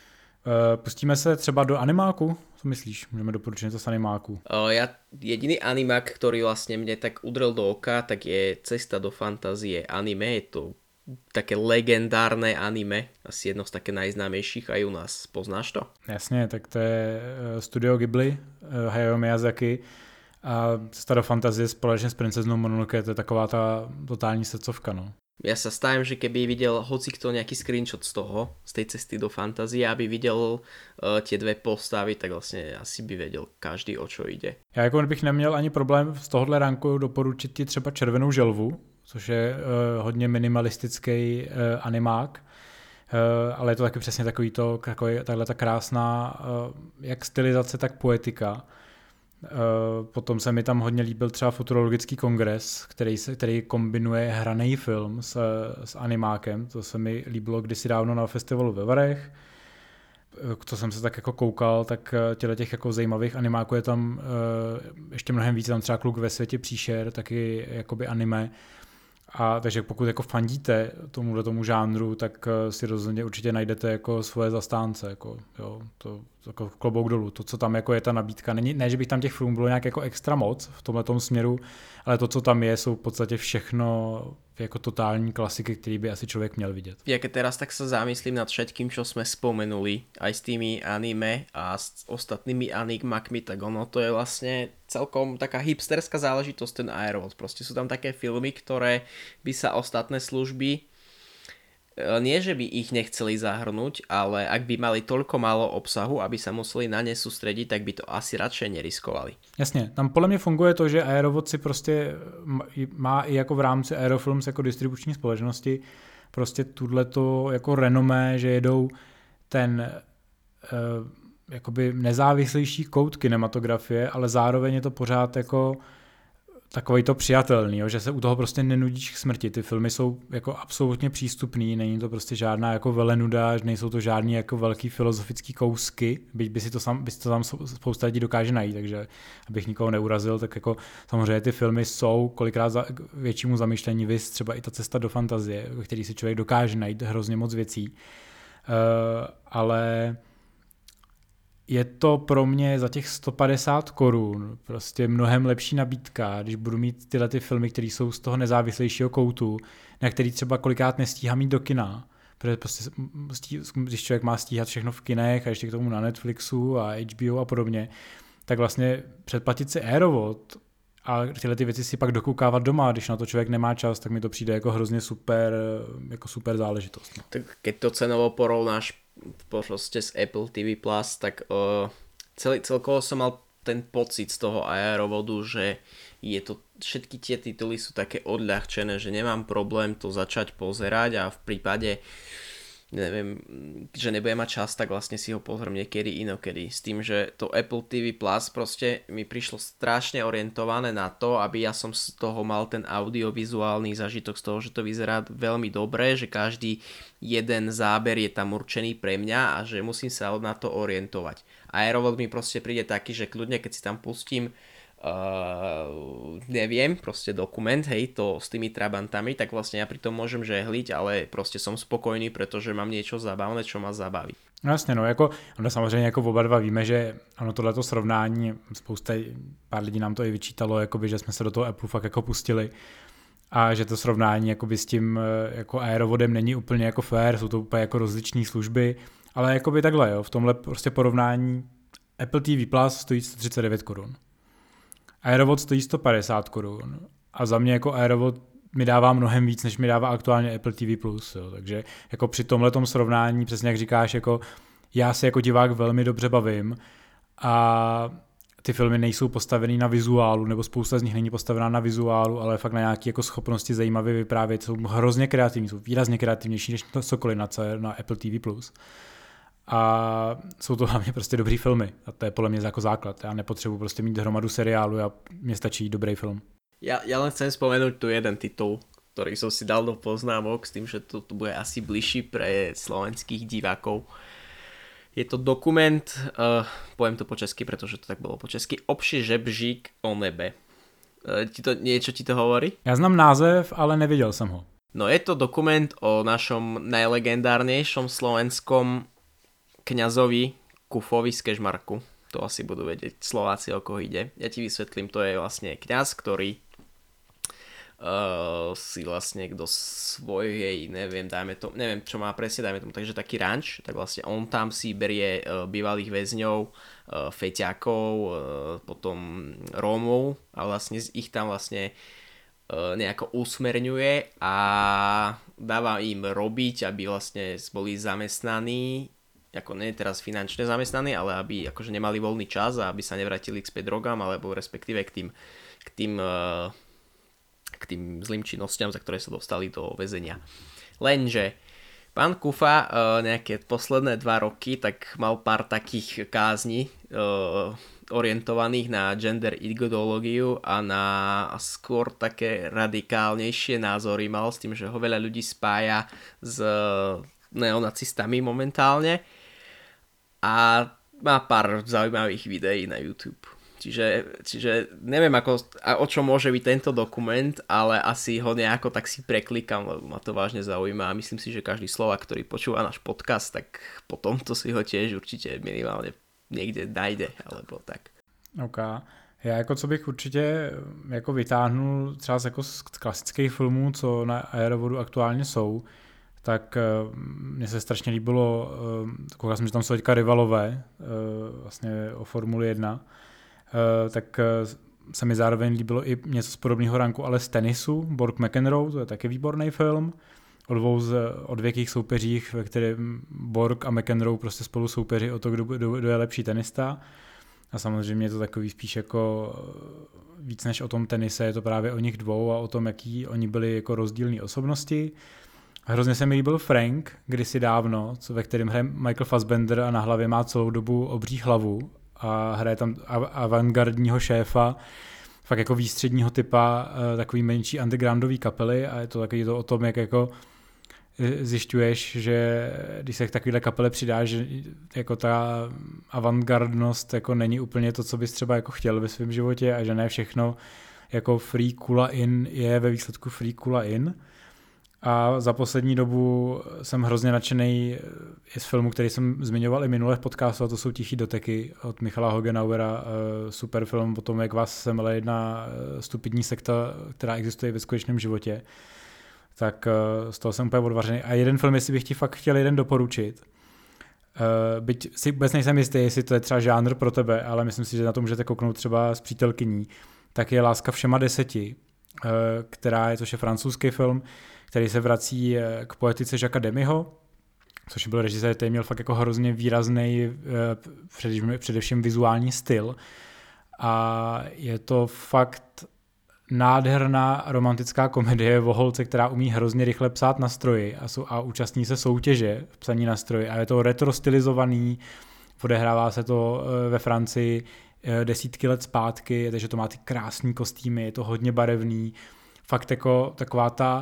Pustíme se třeba do animáku? Co myslíš? Můžeme doporučit něco z animáku? O, ja, jediný animák, ktorý vlastne mne tak udrel do oka, tak je Cesta do fantázie anime. Je to také legendárne anime, asi jedno z také najznámejších aj u nás. Poznáš to? Jasně, tak to je Studio Ghibli, Hayao Miyazaki a Cesta do fantázie společně s princeznou Mononoke, to je taková ta totální srdcovka, no. Ja sa stavím, že keby videl hocikto nejaký screenshot z toho, z tej Cesty do fantázie, aby videl uh, tie dve postavy, tak vlastne asi by vedel každý, o čo ide. Já jako bych neměl ani problém z tohohle ranku doporučit ti třeba Červenou želvu, což je uh, hodně minimalistický uh, animák, uh, ale je to taky přesně takový to, takhle ta krásná uh, jak stylizace, tak poetika. Uh, potom se mi tam hodně líbil třeba Futurologický kongres, který, se, který kombinuje hraný film s, s animákem. To se mi líbilo kdysi dávno na festivalu ve Varech. Co jsem se tak jako koukal, tak těle těch jako zajímavých animáků je tam uh, ještě mnohem víc. Tam třeba Kluk ve světě příšer, taky jakoby anime. A takže pokud jako fandíte tomuhle tomu žánru, tak si rozhodně určitě najdete jako svoje zastánce, jako, jo, to jako klobouk dolů. To, co tam jako je ta nabídka, není, ne, že bych tam těch filmů bylo nějak jako extra moc v tomhletom směru, ale to, co tam je, jsou v podstatě všechno jako totální klasiky, který by asi člověk měl vidět. Ja keď teraz tak sa zamyslím nad všetkým, čo sme spomenuli, aj s tými anime a s ostatnými animakmi, tak ono to je vlastne celkom taká hipsterská záležitosť, ten Aerovod. Proste sú tam také filmy, ktoré by sa ostatné služby, nie že by ich nechceli zahrnúť, ale ak by mali toľko málo obsahu, aby sa museli na ne sústrediť, tak by to asi radšej neriskovali. Jasně, tam podle mě funguje to, že Aerovod si prostě má i jako v rámci Aerofilms jako distribuční společnosti prostě tuto jako renomé, že jedou ten uh, jakoby nezávislejší kout kinematografie, ale zároveň je to pořád jako takovej to přijatelný, jo, že se u toho prostě nenudíš k smrti. Ty filmy jsou jako absolutně přístupný, není to prostě žádná jako velenuda, nejsou to žádný jako velký filozofický kousky, byť by si to, sam, by si to tam spousta lidí dokáže najít, takže abych nikoho neurazil, tak jako samozřejmě ty filmy jsou kolikrát za většímu zamýšlení vys, třeba i ta Cesta do fantazie, ve který si člověk dokáže najít hrozně moc věcí, uh, ale je to pro mě za těch sto padesát korun prostě mnohem lepší nabídka, když budu mít tyhle ty filmy, které jsou z toho nezávislejšího koutu, na který třeba kolikrát nestíhám jít do kina, protože prostě, když člověk má stíhat všechno v kinech a ještě k tomu na Netflixu a H B O a podobně, tak vlastně předplatit si Aerovod a tyhle ty věci si pak dokoukávat doma, když na to člověk nemá čas, tak mi to přijde jako hrozně super, jako super záležitost. No. Tak keď to cenovo porovnáš proste s Apple T V Plus, tak uh, celý, celkovo som mal ten pocit z toho Aerovodu, že je to, všetky tie tituly sú také odľahčené, že nemám problém to začať pozerať a v prípade neviem, že nebudem mať čas, tak vlastne si ho pozriem niekedy inokedy. S tým, že to Apple T V Plus proste mi prišlo strašne orientované na to, aby ja som z toho mal ten audiovizuálny zážitok z toho, že to vyzerá veľmi dobre, že každý jeden záber je tam určený pre mňa a že musím sa na to orientovať. Aerovod mi proste príde taký, že kľudne keď si tam pustím Uh, neviem, proste dokument, hej, to s tými trabantami, tak vlastne ja pri tom môžem žehliť, ale proste som spokojný, pretože mám niečo zabavné, čo ma zabaví. No jasně, no, jako, ono samozřejmě jako oba dva víme, že ono tohleto srovnání, spousta, pár lidí nám to i vyčítalo, jakoby, že jsme se do toho Apple fakt jako pustili a že to srovnání jakoby s tím jako Aerovodem není úplně jako fair, jsou to úplně jako rozličné služby, ale jakoby takhle, jo, v tomhle prostě porovnání Apple T V Plus stojí sto třicet devět korun. Aerovod stojí sto padesát korun a za mě jako Aerovod mi dává mnohem víc, než mi dává aktuálně Apple T V Plus, jo. Takže jako při tomhletom srovnání, přesně jak říkáš, jako já se jako divák velmi dobře bavím a ty filmy nejsou postavený na vizuálu, nebo spousta z nich není postavená na vizuálu, ale fakt na nějaké jako schopnosti zajímavě vyprávět, jsou hrozně kreativní, jsou výrazně kreativnější než to cokoliv na, na Apple T V Plus. A jsou to hlavně prostě dobrý filmy a to je podle mě jako základ. Já nepotřebuji prostě mít hromadu seriálu a mně stačí dobrý film. Ja, ja len chcem spomenúť tu jeden titul, ktorý som si dal do poznámok s tým, že to, to bude asi bližší pre slovenských divákov. Je to dokument, uh, poviem to po česky, pretože to tak bolo po česky, Obší žebřík o nebe. Uh, ti to, niečo ti to hovorí? Já znám název, ale neviděl jsem ho. No je to dokument o našom najlegendárnejšom slovenskom kňazovi Kufovi z Kežmarku. To asi budú vedieť Slováci, o koho ide. Ja ti vysvetlím, to je vlastne kňaz, ktorý Uh, si vlastne do svojej, neviem, dajme to, neviem čo má presne, dajme tomu, takže taký ranč, tak vlastne on tam si berie uh, bývalých väzňov, uh, feťákov, uh, potom Rómov a vlastne ich tam vlastne uh, nejako usmerňuje a dáva im robiť, aby vlastne boli zamestnaní, ako nie teraz finančne zamestnaní, ale aby akože nemali voľný čas a aby sa nevrátili k späť drogám, alebo respektíve k tým, k tým uh, k tým zlým činnostiam, za ktoré sa dostali do väzenia. Lenže pán Kufa nejaké posledné dva roky tak mal pár takých kázni orientovaných na gender ideológiu a na skôr také radikálnejšie názory mal s tým, že ho veľa ľudí spája s neonacistami momentálne a má pár zaujímavých videí na YouTube. Čiže, čiže neviem, ako, o čom môže byť tento dokument, ale asi ho nejako tak si preklikám, lebo ma to vážne zaujíma a myslím si, že každý Slovák, ktorý počúva náš podcast, tak po tomto si ho tiež určite minimálne někde najde, alebo tak. OK. Já jako co bych určitě jako vytáhnul třeba jako z klasických filmů, co na Aerovodu aktuálně jsou, tak mně se strašně líbilo, koukal jsem, že tam jsou teďka rivalové, vlastně o Formuli jedna, Uh, tak uh, se mi zároveň líbilo i něco z podobného ranku, ale z tenisu, Borg McEnroe, to je taky výborný film, o dvou z odvěkých soupeřích, ve kterém Borg a McEnroe prostě spolu soupeří o to, kdo, kdo, kdo je lepší tenista. A samozřejmě je to takový spíš jako víc než o tom tenise, je to právě o nich dvou a o tom, jaký oni byli jako rozdílné osobnosti. Hrozně se mi líbil Frank, kdysi dávno, co, ve kterém hraje Michael Fassbender a na hlavě má celou dobu obří hlavu a hraje tam avantgardního šéfa, fakt jako výstředního typa, takový menší undergroundový kapely a je to takový to o tom, jak jako zjišťuješ, že když se k takovéhle kapele přidáš, že jako ta avantgardnost jako není úplně to, co bys třeba jako chtěl ve svém životě a že ne všechno jako free kula in je ve výsledku free kula in. A za poslední dobu jsem hrozně nadšený z filmu, který jsem zmiňoval i minule v podcastu, a to jsou Tichý doteky od Michala Hogenauera, super film o tom, jak vás semele jedna stupidní sekta, která existuje ve skutečném životě. Tak z toho jsem úplně odvařený. A jeden film, jestli bych ti fakt chtěl jeden doporučit, byť si vůbec nejsem jistý, jestli to je třeba žánr pro tebe, ale myslím si, že na to můžete kouknout třeba s přítelkyní, tak je Láska všema deseti, která je, což je francouzský film, který se vrací k poetice Jacquesa Demyho, což byl režisér, který měl fakt jako hrozně výrazný, především vizuální styl. A je to fakt nádherná romantická komedie o holce, která umí hrozně rychle psát na stroji a, jsou, a účastní se soutěže v psaní na stroji. A je to retro stylizovaný, odehrává se to ve Francii desítky let zpátky, takže to má ty krásný kostýmy, je to hodně barevný. Fakt jako taková ta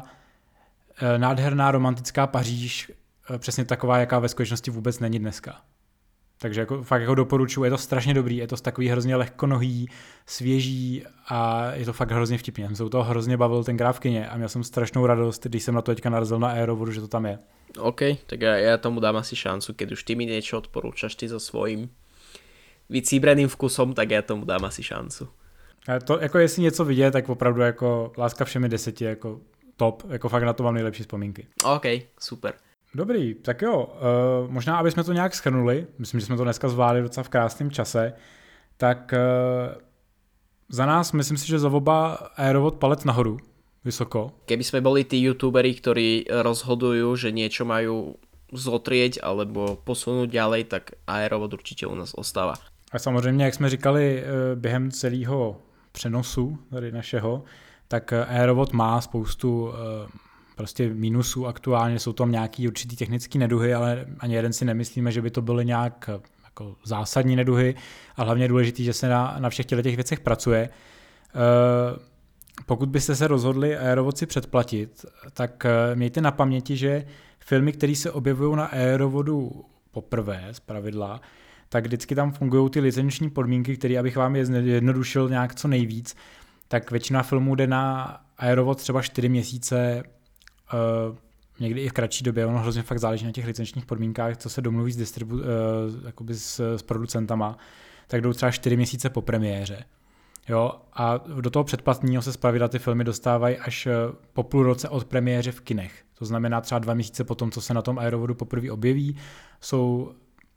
nádherná romantická Paříž, přesně taková, jaká ve skutečnosti vůbec není dneska. Takže jako, fakt jako doporučuji, je to strašně dobrý, je to takový hrozně lehkonohý, svěží a je to fakt hrozně vtipný. Já jsem se u toho hrozně bavil tenkrát v kině a měl jsem strašnou radost, když jsem na to teďka narazil na Aerovodu, že to tam je. OK, tak ja, ja tomu dám asi šancu, keď už ty mi niečo odporúčaš ty so svojím vycíbreným vkusom, tak ja tomu dám asi šancu. A to, jako jestli něco vidět, tak opravdu jako Láska všemi deseti, jako top, jako fakt na to mám nejlepší vzpomínky. OK, super. Dobrý, tak jo, uh, možná, aby jsme to nějak shrnuli, myslím, že jsme to dneska zvládli docela v krásném čase, tak uh, za nás, myslím si, že za oba Aerovod palec nahoru, vysoko. Keby sme boli tí youtuberi, ktorí rozhodujú, že niečo majú zotrieť alebo posunúť ďalej, tak Aerovod určite u nás ostáva. A samozřejmě, jak jsme říkali uh, během celého přenosu tady našeho, tak Aerovod má spoustu uh, prostě mínusů aktuálně, jsou tam nějaký určitý technický neduhy, ale ani jeden si nemyslíme, že by to byly nějak jako zásadní neduhy a hlavně je důležitý, že se na, na všech těch věcech pracuje. Uh, pokud byste se rozhodli Aerovod si předplatit, tak mějte na paměti, že filmy, které se objevují na Aerovodu poprvé z pravidla, tak vždycky tam fungují ty licenční podmínky, které, abych vám je jednodušil nějak co nejvíc, tak většina filmů jde na Aerovod třeba čtyři měsíce, uh, někdy i v kratší době, ono hrozně fakt záleží na těch licenčních podmínkách, co se domluví s, distribu- uh, jakoby s, s producentama, tak jdou třeba čtyři měsíce po premiéře. Jo, a do toho předplatného se zpravidla ty filmy dostávají až po půl roce od premiéře v kinech. To znamená třeba dva měsíce potom, co se na tom Aerovodu poprvé objeví, jsou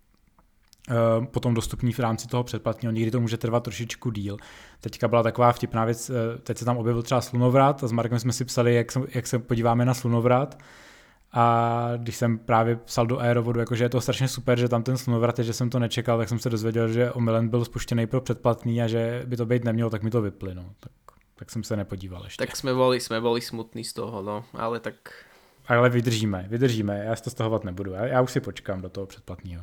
uh, potom dostupní v rámci toho předplatného. Někdy to může trvat trošičku díl. Teďka byla taková vtipná věc, uh, teď se tam objevil třeba Slunovrat a s Markem jsme si psali, jak se, jak se podíváme na Slunovrat. A když jsem právě psal do Aerovodu, jakože je to strašně super, že tam ten Slunovrat je, že jsem to nečekal, tak jsem se dozvěděl, že omylem byl spuštěný pro předplatný a že by to být nemělo, tak mi to vyply, no. Tak, tak jsem se nepodíval ještě. Tak jsme boli, jsme boli smutní z toho, no, ale tak... Ale vydržíme, vydržíme, já si to stahovat nebudu, já, já už si počkám do toho předplatného.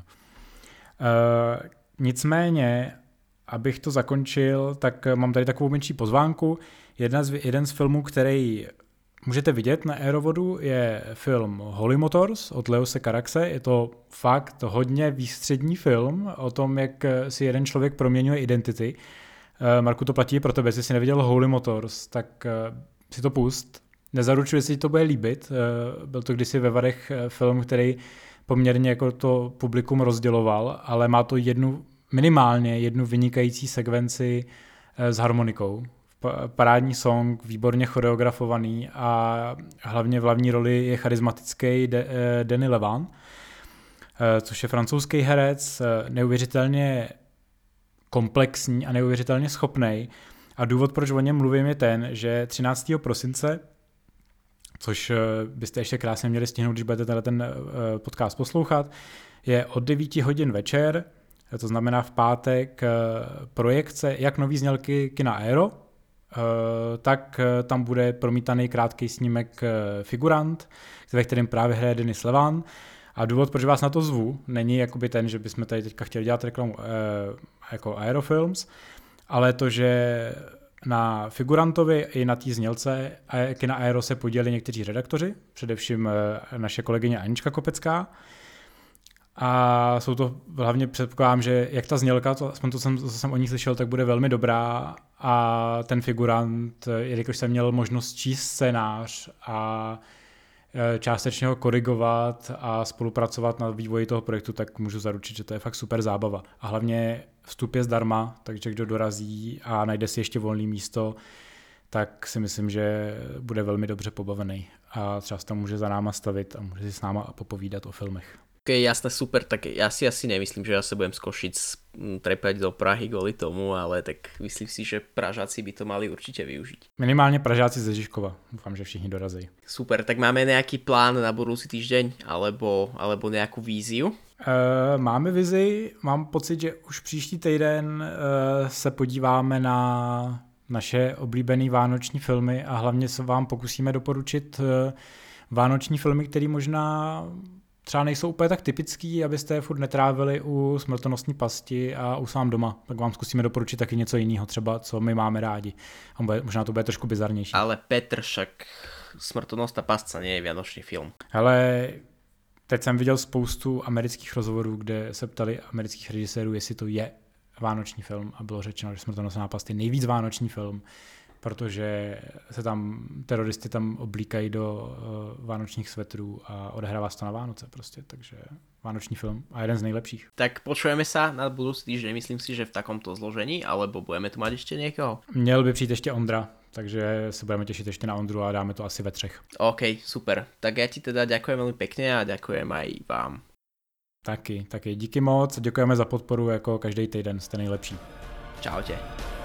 Uh, nicméně, abych to zakončil, tak mám tady takovou menší pozvánku. Jedna z, jeden z filmů, který můžete vidět na Aerovodu, je film Holy Motors od Leose Caraxe. Je to fakt hodně výstřední film o tom, jak si jeden člověk proměňuje identity. Marku, to platí pro tebe, jestli jsi neviděl Holy Motors, tak si to pust. Nezaručuji, jestli ti to bude líbit. Byl to kdysi ve Varech film, který poměrně jako to publikum rozděloval, ale má to jednu, minimálně jednu vynikající sekvenci s harmonikou. Parádní song, výborně choreografovaný a hlavně v hlavní roli je charismatický De- Denis Levan, což je francouzský herec, neuvěřitelně komplexní a neuvěřitelně schopnej. A důvod, proč o něm mluvím, je ten, že třináctého prosince, což byste ještě krásně měli stihnout, když budete ten podcast poslouchat, je od devíti hodin večer, to znamená v pátek, projekce jak nový znělky kina Aero, tak tam bude promítaný krátký snímek Figurant, ve kterém právě hraje Denis Levan. A důvod, proč vás na to zvu, není jakoby ten, že bychom tady teďka chtěli dělat reklamu jako Aerofilms, ale to, že na Figurantovi i na té znělce kina Aero se podíleli někteří redaktoři, především naše kolegyně Anička Kopecká. A jsou to hlavně, předpokládám, že jak ta znělka, to, aspoň to jsem, co jsem o ní slyšel, tak bude velmi dobrá a ten Figurant, jelikož jsem měl možnost číst scénář a částečně ho korigovat a spolupracovat na vývoji toho projektu, tak můžu zaručit, že to je fakt super zábava. A hlavně vstup je zdarma, takže kdo dorazí a najde si ještě volné místo, tak si myslím, že bude velmi dobře pobavený a třeba se tam může za náma stavit a může si s náma popovídat o filmech. Ok, jasné, super, tak ja si asi nemyslím, že ja sa budem z Košic trepať do Prahy kvôli tomu, ale tak myslím si, že Pražáci by to mali určite využiť. Minimálne Pražáci ze Žižkova, dúfam, že všichni dorazí. Super, tak máme nejaký plán na budúci týždeň, alebo, alebo nejakú víziu? Uh, máme vizi, mám pocit, že už příští týden uh, se podíváme na naše oblíbené vánoční filmy a hlavně se vám pokusíme doporučit uh, vánoční filmy, které možná třeba nejsou úplně tak typický, abyste je furt netrávili u Smrtonosní pasti a u Sám doma. Tak vám zkusíme doporučit taky něco jiného, třeba co my máme rádi. A bude, možná to bude trošku bizarnější. Ale Petr, však Smrtonosná pasca nie je vianočný film. Hele, Teď jsem viděl spoustu amerických rozhovorů, kde se ptali amerických režisérů, jestli to je vánoční film a bylo řečeno, že Smrtonosná náplast je nejvíc vánoční film, protože se tam teroristy tam oblíkají do uh, vánočních svetrů a odehrává se to na Vánoce prostě, takže vánoční film a jeden z nejlepších. Tak počujeme sa na budúci týždeň, myslím si, že v takomto zložení, alebo budeme tu mať ešte niekoho? Měl by přijít ještě Ondra, takže se budeme těšit ještě na Ondru a dáme to asi ve třech. OK, super. Tak ja ti teda ďakujem veľmi pekne a ďakujem aj vám. Taky, taky. Díky moc, děkujeme za podporu jako každý týden, jste nejlepší. Čaute.